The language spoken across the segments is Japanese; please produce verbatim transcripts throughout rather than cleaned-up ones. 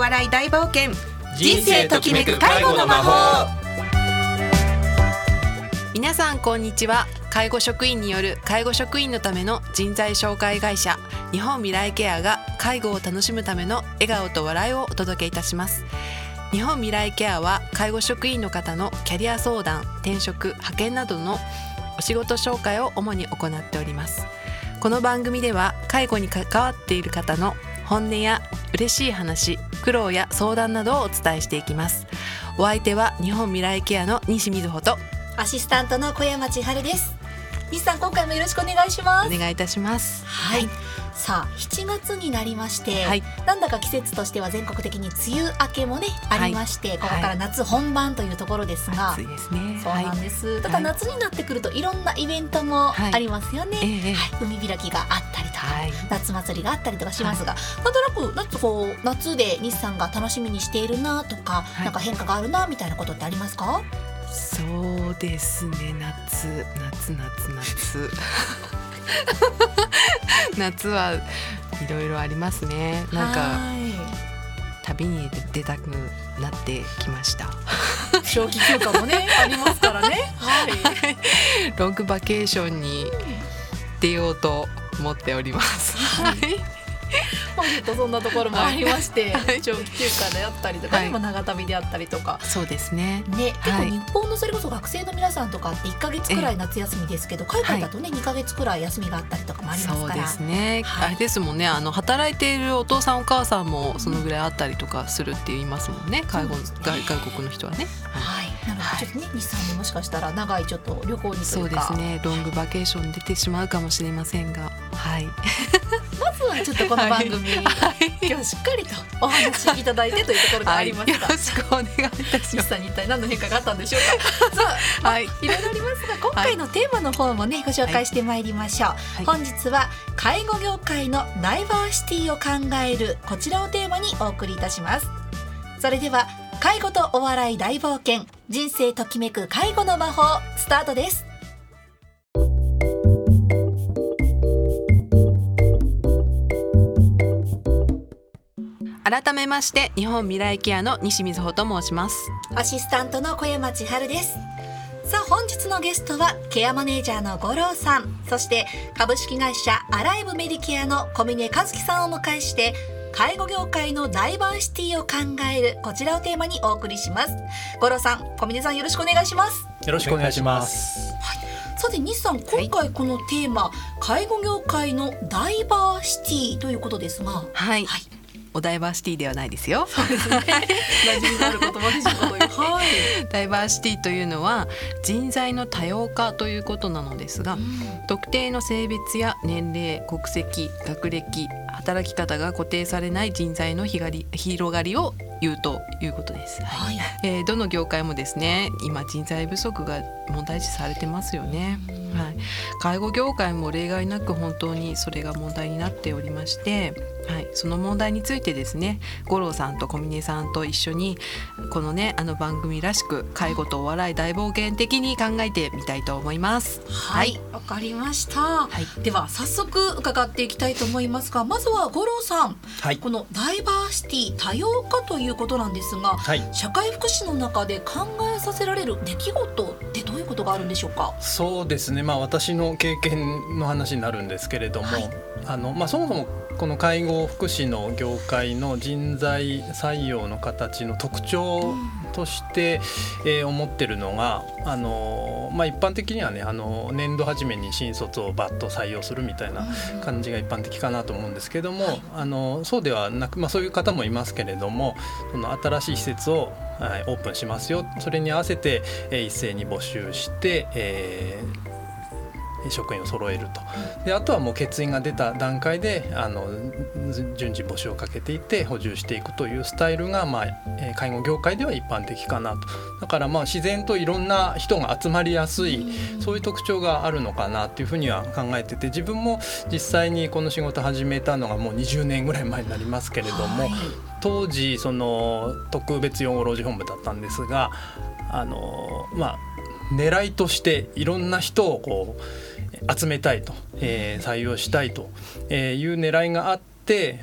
笑い大冒険、 人生ときめく介護の魔法。 皆さんこんにちは。介護職員による介護職員のための人材紹介会社日本未来ケアが介護を楽しむための笑顔と笑いをお届けいたします。日本未来ケアは介護職員の方のキャリア相談、転職、派遣などのお仕事紹介を主に行っております。この番組では介護に関わっている方の本音や嬉しい話、苦労や相談などをお伝えしていきます。お相手は日本未来ケアの西瑞穂とアシスタントの小山千春です。西さん、今回もよろしくお願いします。 お願いいたします。 はい、さあしちがつになりまして、 はい、 なんだか季節としては全国的に梅雨明けもねありまして、はい、ここから夏本番というところですが、 暑いですね。 そうなんです、 はい、 ただ夏になってくるといろんなイベントもありますよね、はいええはい、海開きがあったりとか、はい、夏祭りがあったりとかしますが、 はい、 なんとなく夏こう夏で西さんが楽しみにしているなとか、はい、なんか変化があるなみたいなことってありますか？ そうですね、夏夏夏夏夏はいろいろありますね。なんか旅に出たくなってきました。 長期休暇もねありますからね、はい、 ロングバケーションに出ようと思っております。はい、 本日とそんなところもありまして、はい、長期休暇であったりとか、 はい、 今長旅であったりとか、 そうですね。 ね、結構はい、 日本のそれこそ学生の皆さんとかっていっかげつくらい夏休みですけど、海外だとね、はい、にかげつくらい休みがあったりとかもありますから。 そうですね、はい、あれですもんね、あの働いているお父さんお母さんもそのぐらいあったりとかするって言いますもんね、介護、ね、外, 外国の人はね。 はい、なのでちょっとね、西さんにもしかしたら長いちょっと旅行にというか、 そうですね、ロングバケーションに出てしまうかもしれませんが、はいまずはちょっとこの番組、はい、今日しっかりとお話しいただいてというところがありました、 はい、よろしくお願いいたします。 西さんに一体何の変化があったんでしょうか。さあ、はい、いろいろありますが、今回のテーマの方もねご紹介してまいりましょう、はい、本日は介護業界のダイバーシティを考える、こちらをテーマにお送りいたします。それでは介護とお笑い大冒険、人生ときめく介護の魔法、スタートです。 改めまして日本未来ケアの西瑞穂と申します。 アシスタントの小山千春です。さあ本日のゲストはケアマネージャーの五郎さん、そして株式会社アライブメディケアの小峰和樹さんをお迎えして、介護業界のダイバーシティを考える、こちらをテーマにお送りします。五郎さん、小峰さん、よろしくお願いします。 よろしくお願いします。 はい、さて西さん、今回このテーマ、はい、介護業界のダイバーシティということですが、 はい、はい、おダイバーシティではないですよ。 そうですね。馴染みのある言葉でしょうかという。はい。 ダイバーシティというのは人材の多様化ということなのですが、うん、特定の性別や年齢、国籍、学歴、働き方が固定されない人材の広がりを言うということです。はい、えー、どの業界もですね、今人材不足が問題視されてますよね。はい、介護業界も例外なく本当にそれが問題になっておりまして、はい、その問題についてですね、五郎さんと小峰さんと一緒にこのね、あの番組らしく介護とお笑い大冒険的に考えてみたいと思います。 はい、わ、はい、かりました、はい、では早速伺っていきたいと思いますが、まずは五郎さん、はい、このダイバーシティ多様化ということなんですが、はい、社会福祉の中で考えさせられる出来事ってどういうことがあるんでしょうか？ そうですね、まあ、私の経験の話になるんですけれども、はい、あのまあ、そもそもこの介護福祉の業界の人材採用の形の特徴として、うん、えー、思ってるのが、あの、まあ、一般的にはね、あの年度初めに新卒をバッと採用するみたいな感じが一般的かなと思うんですけども、はい、あのそうではなく、まあ、そういう方もいますけれども、その新しい施設を、はい、オープンしますよ、それに合わせて、えー、一斉に募集して、えー職員を揃えると。であとはもう欠員が出た段階であの順次募集をかけていって補充していくというスタイルが、まあ、介護業界では一般的かなと。だからまあ自然といろんな人が集まりやすい、そういう特徴があるのかなというふうには考えてて、自分も実際にこの仕事始めたのがもうにじゅうねんぐらい前になりますけれども、はい、当時その特別養護老人本部だったんですが、あのまあ狙いとしていろんな人をこう集めたいと、えー、採用したいという狙いがあっ 、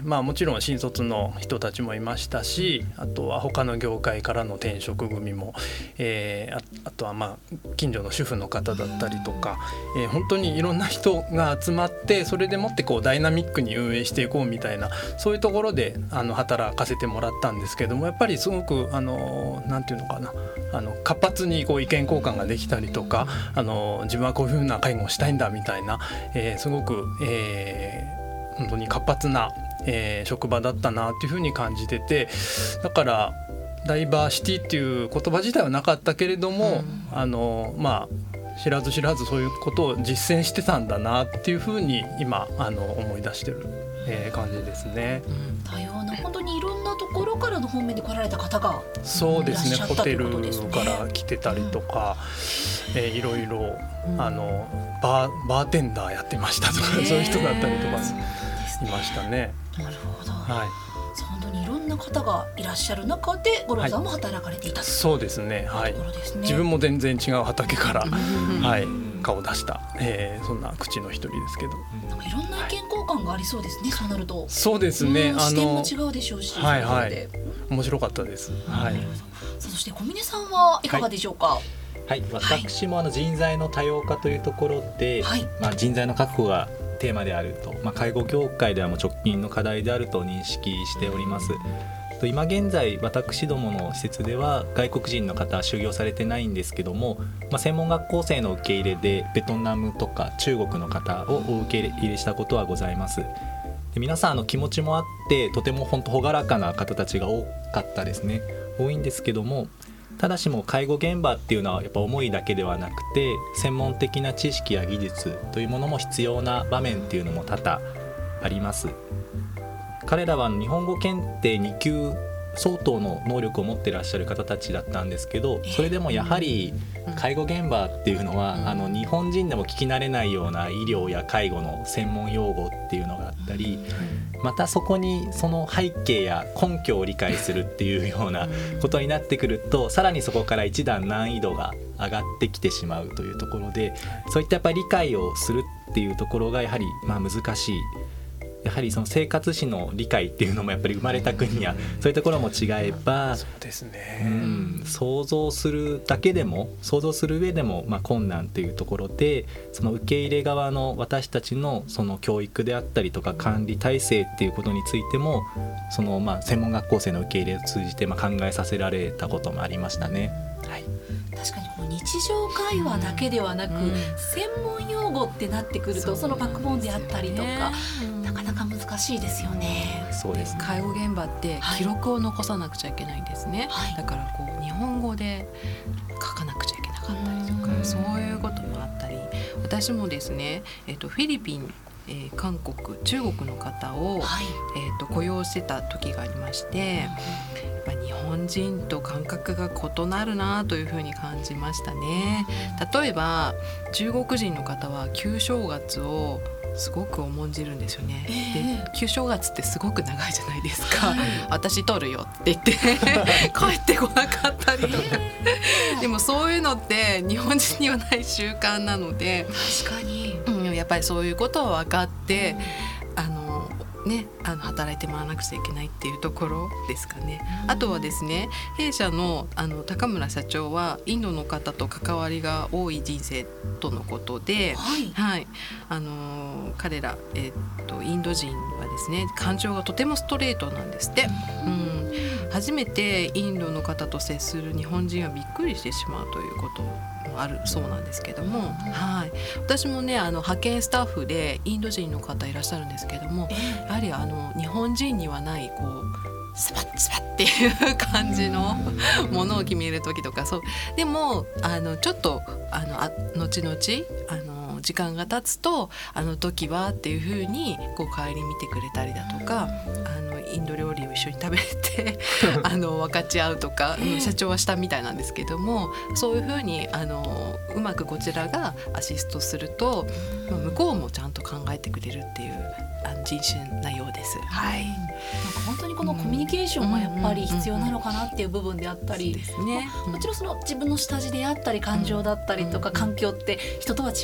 まあ、もちろん新卒の人たちもいましたし、あとは他の業界からの転職組も、えー、あ, あとはまあ近所の主婦の方だったりとか、えー、本当にいろんな人が集まって、それでもってこうダイナミックに運営していこうみたいな、そういうところであの働かせてもらったんですけども、やっぱりすごくあのなんていうのかな、あの活発にこう意見交換ができたりとか、あの自分はこういうふうな介護をしたいんだみたいな、えー、すごく、えー、本当に活発な、えー、職場だったなというふうに感じてて、だからダイバーシティっていう言葉自体はなかったけれども、うん、あのまあ知らず知らずそういうことを実践してたんだなっていうふうに今あの思い出してる、えー、感じですね、うん、 多様な本当にいろんなところからの方面で来られた方がそうですね、ホテルから来てたりとか、うんえー、いろいろあのバー、バーテンダーやってましたとか、そういう人だったりとかいましたね。 なるほど、 はい、 本当にいろんな方がいらっしゃる中で五郎さんも働かれていた、はい、 そうですね、はい、 ところですね。 自分も全然違う畑から、はい、顔を出した、えー、そんな口の一人ですけど、 なんかいろんな意見交換がありそうですね、はい、そうなると。 そうですね、 あの視点も違うでしょうし、 はいはい、面白かったです、はい、 そして小峰さんはいかがでしょうか。はいはい、私もあの人材の多様化というところで、はいまあ、人材の確保がテーマであると、まあ、介護業界ではもう直近の課題であると認識しております。今現在私どもの施設では外国人の方就業されてないんですけども、まあ、専門学校生の受け入れでベトナムとか中国の方をお受け入れしたことはございます。で皆さんあの気持ちもあってとても本当朗らかな方たちが多かったですね。多いんですけども、ただしも介護現場っていうのはやっぱ思いだけではなくて専門的な知識や技術というものも必要な場面っていうのも多々あります。彼らは日本語検定に級相当の能力を持っていらっしゃる方たちだったんですけど、それでもやはり介護現場っていうのはあの日本人でも聞き慣れないような医療や介護の専門用語っていうのがあったり、またそこにその背景や根拠を理解するっていうようなことになってくると、さらにそこから一段難易度が上がってきてしまうというところで、そういったやっぱり理解をするっていうところがやはりまあ難しい。やはりその生活史の理解っていうのもやっぱり生まれた国やそういうところも違えば、 そうですね、 うん、想像するだけでも想像する上でもまあ困難というところで、その受け入れ側の私たちのその教育であったりとか管理体制っていうことについてもそのまあ専門学校生の受け入れを通じてまあ考えさせられたこともありましたね。はい、 確かにこの日常会話だけではなく、うん、専門用語ってなってくると そ, そのバックボーンであったりとか、なかなか難しいですよね。 そうですね。 介護現場って記録を残さなくちゃいけないんですね、はい、だからこう日本語で書かなくちゃいけなかったりとか、そういうこともあったり、私もですね、えっと、フィリピンえー、韓国、中国の方を、はいえー、と雇用してた時がありまして、やっぱ日本人と感覚が異なるなというふうに感じましたね。例えば中国人の方は旧正月をすごく重んじるんですよね、えー、で旧正月ってすごく長いじゃないですか、はい、私取るよって言って帰ってこなかったりとか、えー、でもそういうのって日本人にはない習慣なので、 確かに、 うん、やっぱりそういうことを分かって、うん、あのね、あの働いてもらわなくちゃいけないっていうところですかね、うん、あとはですね、弊社 の, あの高村社長はインドの方と関わりが多い人生とのことで、はいはい、あの彼ら、えー、っとインド人はですね、感情がとてもストレートなんですって、うん、初めてインドの方と接する日本人はびっくりしてしまうということもあるそうなんですけども、はい、私もね、あの派遣スタッフでインド人の方いらっしゃるんですけども、やはりあの日本人にはないこうスパッスパッっていう感じのものを決める時とか、そうでもあのちょっとあのあ後々あの時間が経つと、あの時はっていう風にこう帰り見てくれたりだとか、あのインド料理を一緒に食べてあの分かち合うとか、社長はしたみたいなんですけども、そういう風にあのうまくこちらがアシストすると、まあ、向こうもちゃんと考えてくれるっていうあの人種なようです。はい、 なんか本当にこのコミュニケーションがやっぱり必要なのかなっていう部分であったり、もちろんその自分の下地であったり感情だったりとか環境って人とは違うもの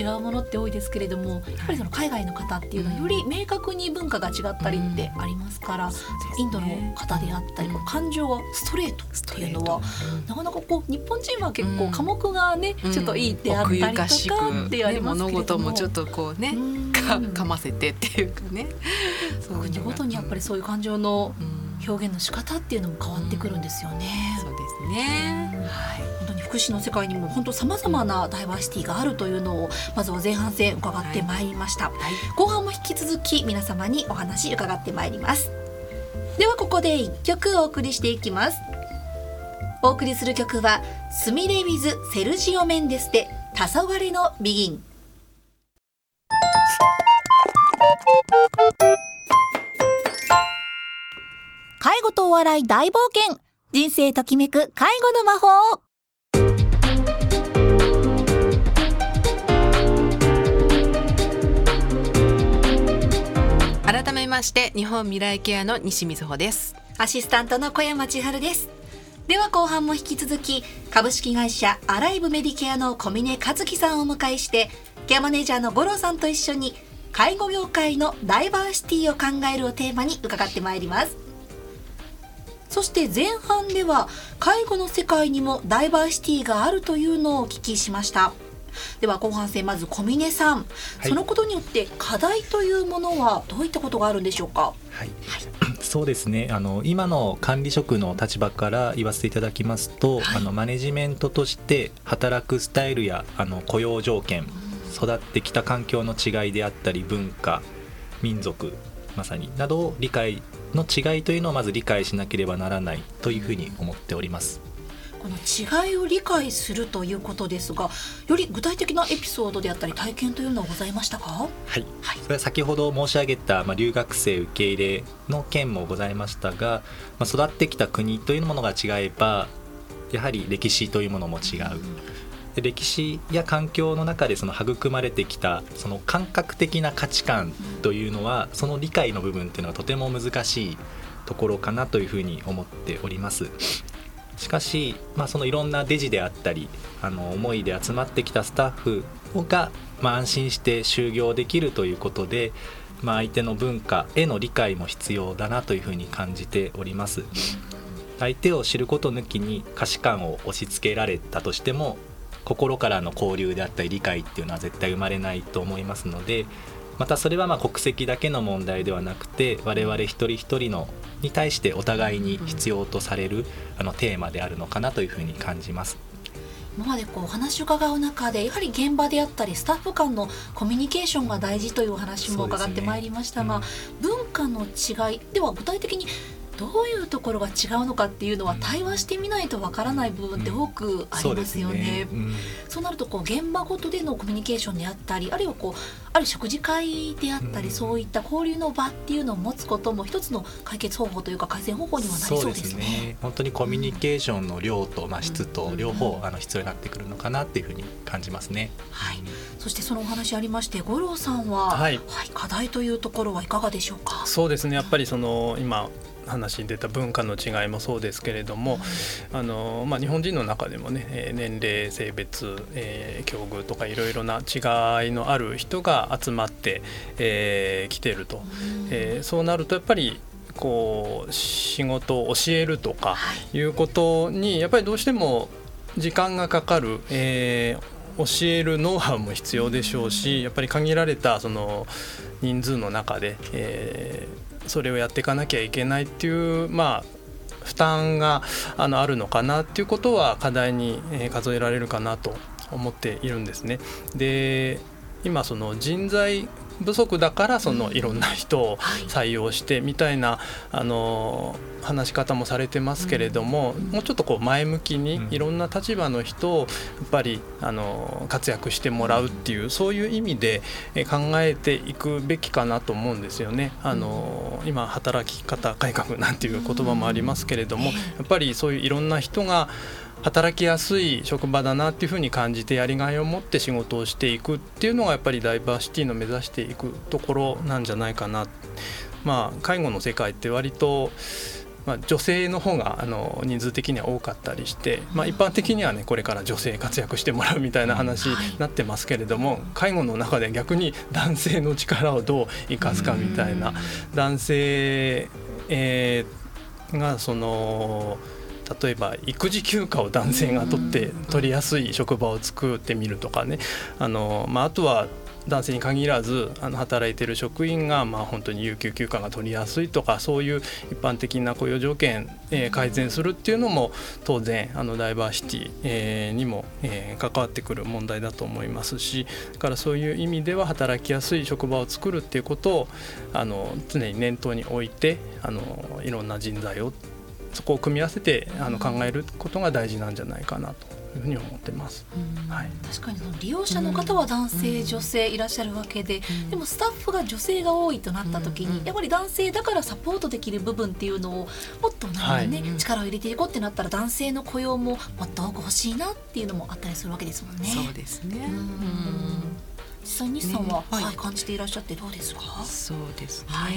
って多いですけれども、やっぱりその海外の方っていうのはより明確に文化が違ったりってありますから、うん、インドの方であったり、感情がストレートっていうのはなかなかこう日本人は結構科目がね、うん、ちょっといいってあったりとかってありますけれども、ね、物事もちょっとこうね、うん、か, かませてっていうかね、 国ごとにやっぱりそういう感情の表現の仕方っていうのも変わってくるんですよね、 うん、そうですね、 うん、はい、本当に福祉の世界にも本当さまざまなダイバーシティがあるというのをまずは前半戦伺ってまいりました、はいはい、後半も引き続き皆様にお話伺ってまいります。ではここでいっきょくお送りしていきます。お送りする曲はスミレ・ウィズ・セルジオ・メンデスで黄昏のビギン。介護とお笑い大冒険、人生ときめく介護の魔法。 改めまして日本未来ケアの西瑞穂です。 アシスタントの小山千春です。では後半も引き続き株式会社アライブメディケアの小峰和樹さんをお迎えして、ケアマネージャーの五郎さんと一緒に介護業界のダイバーシティを考えるをテーマに伺ってまいります。そして前半では介護の世界にもダイバーシティがあるというのをお聞きしました。では後半戦、まず小峰さん、はい、そのことによって課題というものはどういったことがあるんでしょうか。 はい、はい、そうですね、あの今の管理職の立場から言わせていただきますと、はい、あのマネジメントとして働くスタイルやあの雇用条件、育ってきた環境の違いであったり文化、民族まさになどを理解の違いというのをまず理解しなければならないというふうに思っております。 この違いを理解するということですが、より具体的なエピソードであったり体験というのはございましたか。 はい、はい、それは先ほど申し上げた、まあ、留学生受け入れの件もございましたが、まあ、育ってきた国というものが違えばやはり歴史というものも違う、で歴史や環境の中でその育まれてきたその感覚的な価値観というのは、その理解の部分というのはとても難しいところかなというふうに思っております。しかし、まあ、そのいろんなデジであったりあの思いで集まってきたスタッフが、まあ、安心して就業できるということで、まあ、相手の文化への理解も必要だなというふうに感じております。相手を知ること抜きに価値観を押し付けられたとしても心からの交流であったり理解っていうのは絶対生まれないと思いますので、またそれはまあ国籍だけの問題ではなくて我々一人一人のに対してお互いに必要とされるあのテーマであるのかなというふうに感じます。 今までこうお話を伺う中でやはり現場であったりスタッフ間のコミュニケーションが大事というお話も伺ってまいりましたが、ね、うん、文化の違いでは具体的にどういうところが違うのかっていうのは対話してみないとわからない部分って多くありますよね。うん、そうですね。うん、そうなるとこう現場ごとでのコミュニケーションであったり、あるいはこうある食事会であったり、うん、そういった交流の場っていうのを持つことも一つの解決方法というか改善方法にはなりそうですね。そうですね。 本当にコミュニケーションの量と、まあ、質と両方あの必要になってくるのかなっていうふうに感じますね。 はい。そしてそのお話ありまして五郎さんは、はいはい、課題というところはいかがでしょうか。 そうですね。やっぱりその今話に出た文化の違いもそうですけれども、あの、まあ、日本人の中でもね年齢性別、えー、境遇とかいろいろな違いのある人が集まってき、えー、ていると、えー、そうなるとやっぱりこう仕事を教えるとかいうことにやっぱりどうしても時間がかかる、えー、教えるノウハウも必要でしょうし、やっぱり限られたその人数の中で、えーそれをやっていかなきゃいけないっていう、まあ、負担が あの、あるのかなっていうことは課題に数えられるかなと思っているんですね。で、今その人材不足だからそのいろんな人を採用してみたいな、あの話し方もされてますけれども、もうちょっとこう前向きにいろんな立場の人をやっぱりあの活躍してもらうっていう、そういう意味で考えていくべきかなと思うんですよね。あの今働き方改革なんていう言葉もありますけれども、やっぱりそういういろんな人が働きやすい職場だなっていうふうに感じてやりがいを持って仕事をしていくっていうのがやっぱりダイバーシティの目指していくところなんじゃないかな。まあ、介護の世界って割とまあ、女性の方があの人数的には多かったりして、まあ、一般的にはねこれから女性活躍してもらうみたいな話になってますけれども、介護の中で逆に男性の力をどう生かすかみたいな、男性、えー、がその例えば育児休暇を男性が取って取りやすい職場を作ってみるとかね、あの、まあ、あとは男性に限らずあの働いている職員がまあ本当に有給休暇が取りやすいとか、そういう一般的な雇用条件、えー、改善するっていうのも当然あのダイバーシティ、えー、にも、えー、関わってくる問題だと思いますし、だからそういう意味では働きやすい職場を作るっていうことをあの常に念頭に置いて、あのいろんな人材をそこを組み合わせてあの考えることが大事なんじゃないかなというふうに思ってます。 はい、確かにその利用者の方は男性、女性いらっしゃるわけで、でもスタッフが女性が多いとなった時に、やっぱり男性だからサポートできる部分っていうのをもっとなんかね、はい、力を入れていこうってなったら男性の雇用ももっと多く欲しいなっていうのもあったりするわけですもんね。 そうですね。うん実際西さんは、ねはい、感じていらっしゃってどうですか？ そうですね、はい、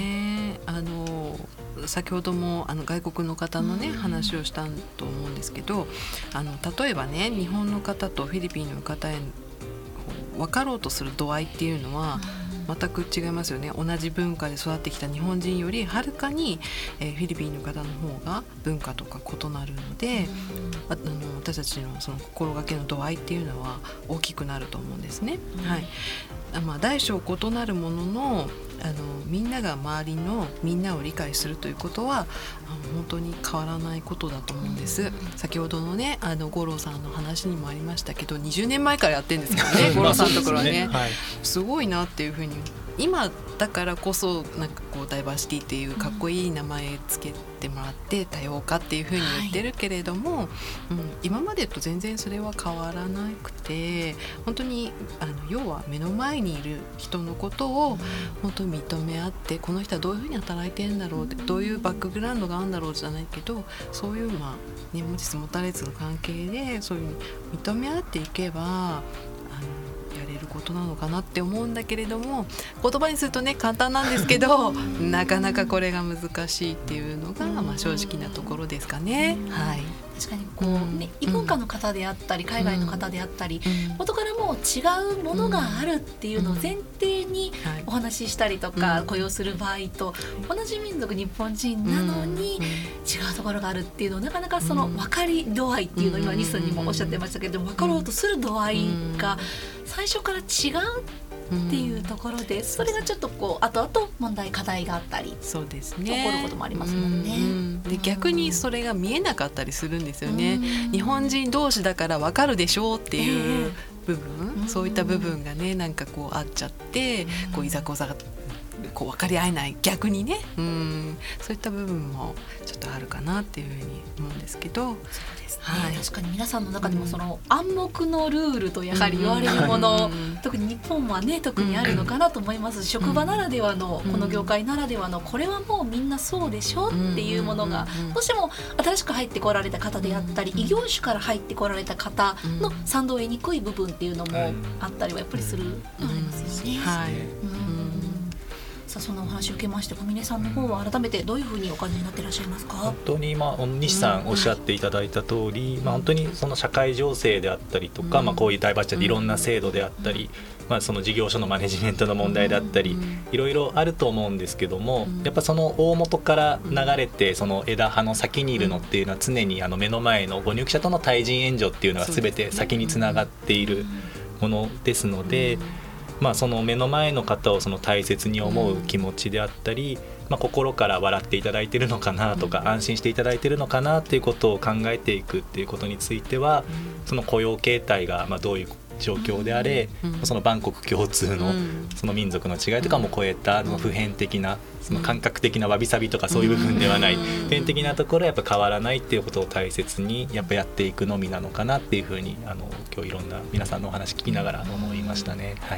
あの先ほどもあの外国の方の、ね、話をしたと思うんですけど、あの例えばね日本の方とフィリピンの方へ分かろうとする度合いっていうのは全く違いますよね。同じ文化で育ってきた日本人よりはるかに、えー、フィリピンの方の方が文化とか異なるので、ああの私たちのその心がけの度合いっていうのは大きくなると思うんですね。はい、まあ、大小異なるものの、あのみんなが周りのみんなを理解するということは本当に変わらないことだと思うんです。先ほどのねあの五郎さんの話にもありましたけどにじゅうねんまえからやってるんですよね五郎さんのところはね、はい、すごいなっていうふうに今だからこそなんかこうダイバーシティっていうかっこいい名前つけてもらって多様化っていうふうに言ってるけれども、はい、うん、今までと全然それは変わらなくて、本当にあの要は目の前にいる人のことを本当に認め合って、この人はどういうふうに働いてるんだろうって、どういうバックグラウンドがあるんだろうじゃないけど、そういうまあ、ね、持ちつ持たれつの関係でそういうふうに認め合っていけばあのやれることなのかなって思うんだけれども、言葉にするとね簡単なんですけどなかなかこれが難しいっていうのが、まあ、正直なところですかね。はい、 確かにこう、ね、異文化の方であったり海外の方であったり、うん、元からもう違うものがあるっていうのを前提にお話ししたりとか、うん、雇用する場合と、同じ民族日本人なのに違うところがあるっていうのをなかなかその分かり度合いっていうのを今西さんにもおっしゃってましたけど、分かろうとする度合いが最初から違うっていうところで、それがちょっとこう後々問題課題があったりそうですね起こることもありますもんね。うん、 で逆にそれが見えなかったりするんですよね。日本人同士だから分かるでしょうっていう部分、えー、そういった部分がねなんかこうあっちゃってこういざこざがこう分かり合えない、逆にね、うん、そういった部分もちょっとあるかなっていうふうに思うんですけど、 そうですね、はい、確かに皆さんの中でもその暗黙のルールとやはり言われるもの、うん、特に日本はね特にあるのかなと思います。職場ならではの、この業界ならではのこれはもうみんなそうでしょっていうものが、どうしても新しく入ってこられた方であったり異業種から入ってこられた方の賛同を得にくい部分っていうのもあったりはやっぱりするありますよね。はい、さあそんなお話を受けまして小峰さんの方は改めてどういうふうにお感じになっていらっしゃいますか？ 本当に、まあ、西さんおっしゃっていただいた通り、うん、まあ、本当にその社会情勢であったりとか、うん、まあ、こういうダイバーシティでいろんな制度であったり、うん、まあ、その事業所のマネジメントの問題だったり、うん、いろいろあると思うんですけども、うん、やっぱその大元から流れてその枝葉の先にいるのっていうのは常にあの目の前のご入居者との対人援助っていうのが全て先につながっているものですので、まあ、その目の前の方をその大切に思う気持ちであったり、まあ、心から笑っていただいているのかなとか安心していただいているのかなっていうことを考えていくっていうことについては、その雇用形態がまあどういう状況であれ、その万国共通のその民族の違いとかも超えたの普遍的なその感覚的なわびさびとかそういう部分ではない普遍的なところはやっぱ変わらないっていうことを大切にやっぱやっていくのみなのかなっていうふうにあの今日いろんな皆さんのお話聞きながら思いましたね。はい、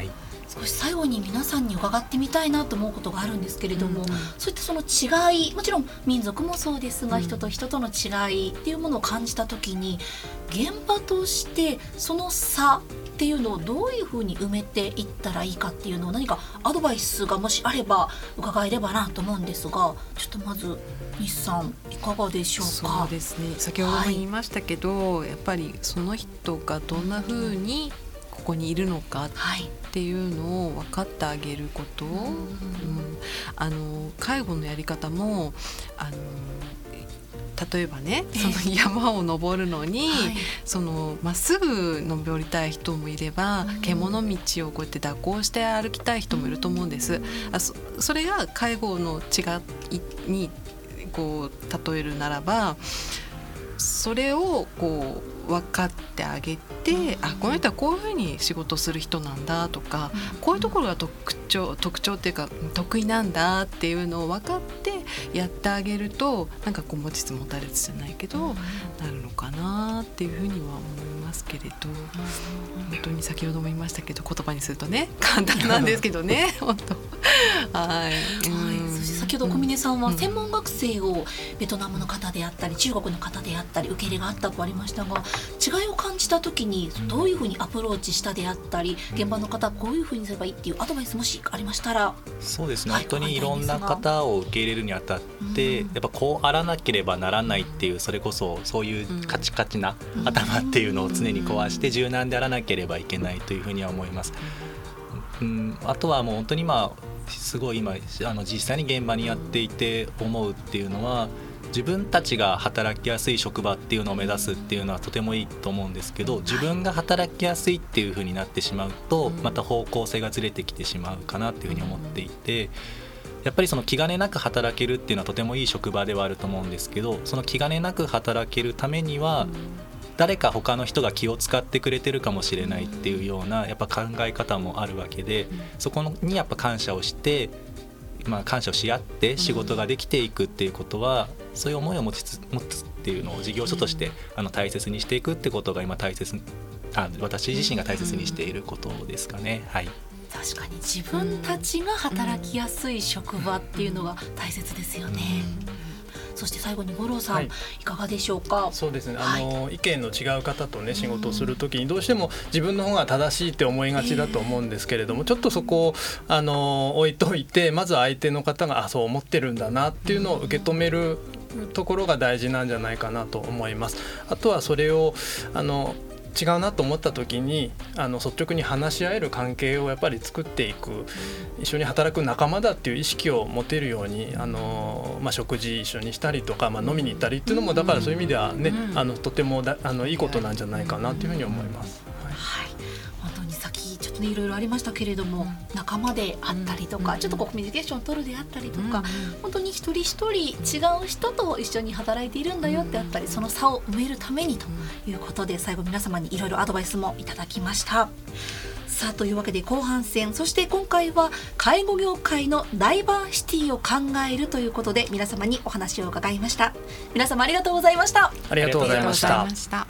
少し最後に皆さんに伺ってみたいなと思うことがあるんですけれども、うん、そういったその違い、もちろん民族もそうですが、うん、人と人との違いっていうものを感じた時に現場としてその差っていうのをどういうふうに埋めていったらいいかっていうのを何かアドバイスがもしあれば伺えればなと思うんですが、ちょっとまず西さんいかがでしょうか。 そうですね、先ほども言いましたけど、はい、やっぱりその人がどんなふうにここにいるのかっていうのを分かってあげること、うんうん、あの介護のやり方もあの例えばね、その山を登るのに、はい、そのまっすぐ登りたい人もいれば、うん、獣道をこうやって蛇行して歩きたい人もいると思うんです、うん、あ そ, それが介護の違いにこう例えるならば、それをこう分かってあげて、うん、あこの人はこういうふうに仕事する人なんだとか、うん、こういうところが特徴特徴っていうか得意なんだっていうのを分かってやってあげると、なんかこう持ちつ持たれつじゃないけど、うん、なるのかなっていうふうには思いますけれど、うん、本当に先ほども言いましたけど、言葉にするとね簡単なんですけどね本当はい、うん、 そして先ほど小峰さんは専門学生をベトナムの方であったり中国の方であったり受け入れがあったとありましたが、違いを感じた時にどういうふうにアプローチしたであったり、現場の方こういうふうにすればいいっていうアドバイスもしありましたら。 そうですね、はい、本当にいろんな方を受け入れるにあたって、うん、やっぱこうあらなければならないっていう、それこそそういうカチカチな頭っていうのを常に壊して柔軟であらなければいけないというふうには思います。うん、あとはもう本当に今すごい今あの実際に現場にやっていて思うっていうのは、自分たちが働きやすい職場っていうのを目指すっていうのはとてもいいと思うんですけど、自分が働きやすいっていう風になってしまうとまた方向性がずれてきてしまうかなっていう風に思っていて、やっぱりその気兼ねなく働けるっていうのはとてもいい職場ではあると思うんですけど、その気兼ねなく働けるためには誰か他の人が気を使ってくれてるかもしれないっていうようなやっぱ考え方もあるわけで、そこにやっぱ感謝をしてまあ、感謝をし合って仕事ができていくっていうことは、うん、そういう思いを持ちつ持つっていうのを事業所として、うん、あの大切にしていくってことが今大切あ私自身が大切にしていることですかね、うん、はい。 確かに自分たちが働きやすい職場っていうのが大切ですよね、うんうん、そして最後に五郎さん、はい、いかがでしょうか。 そうですね、あの、はい、意見の違う方とね仕事をするときにどうしても自分の方が正しいって思いがちだと思うんですけれども、えー、ちょっとそこをあの置いといて、まず相手の方があそう思ってるんだなっていうのを受け止めるところが大事なんじゃないかなと思います。あとはそれをあの違うなと思った時にあの率直に話し合える関係をやっぱり作っていく、一緒に働く仲間だっていう意識を持てるようにあの、まあ、食事一緒にしたりとか、まあ、飲みに行ったりっていうのもだからそういう意味ではね、あのとてもだあのいいことなんじゃないかなというふうに思います、はいはい、本当に先ちょっとねいろいろありましたけれども、仲間であったりとか、ちょっとこうコミュニケーションを取るであったりとか、本当に一人一人違う人と一緒に働いているんだよってあったり、その差を埋めるためにということで最後皆様にいろいろアドバイスもいただきました。さあというわけで後半戦、そして今回は介護業界のダイバーシティを考えるということで皆様にお話を伺いました。皆様ありがとうございました。 ありがとうございました。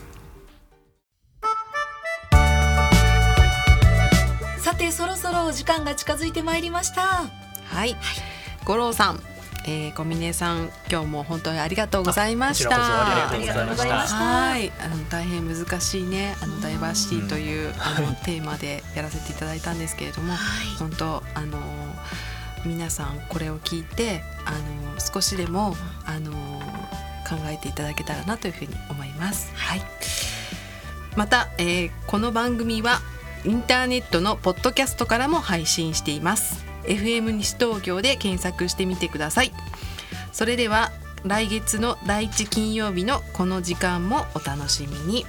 さてそろそろ時間が近づいてまいりました。 はい、はい、五郎さん、えー、小峰さん今日も本当にありがとうございました。 ありがとうございました。 はい、あの大変難しいねあのダイバーシティという、うん、あのテーマでやらせていただいたんですけれども、はい、本当あの皆さんこれを聞いてあの少しでもあの考えていただけたらなというふうに思います。はい、また、えー、この番組はインターネットのポッドキャストからも配信しています。 エフエム 西東京で検索してみてください。それでは来月のだいいち金曜日のこの時間もお楽しみに。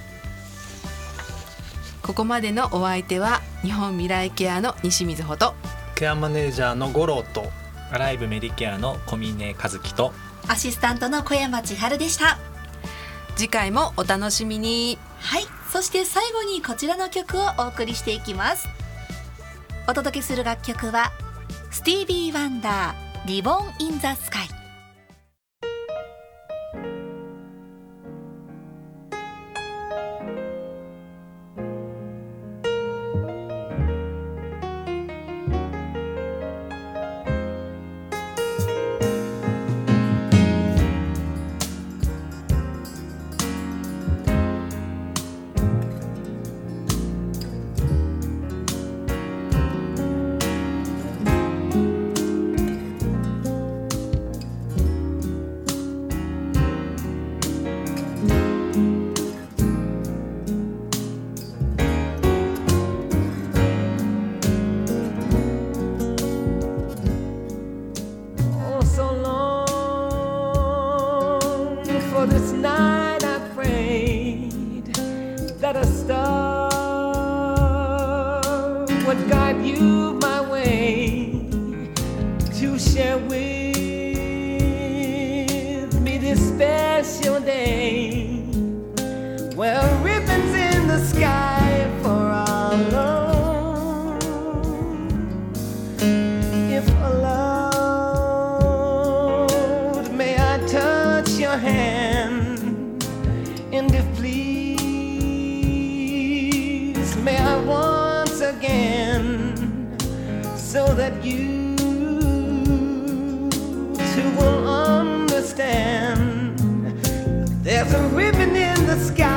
ここまでのお相手は日本未来ケアの西水穂とケアマネージャーの五郎とアライブメディケアの小峰和樹とアシスタントの小山千春でした。 次回もお楽しみに。 はい、そして最後にこちらの曲をお送りしていきます。お届けする楽曲はスティービー・ワンダーリボン・イン・ザ・スカイ。 for this night I prayed that a star would guide you my way to share with me this special day. Well, ribbons in the sky for our love. If allowed, may I touch your hand, and if please, may I once again, so that you too will understand. There's a ribbon in the sky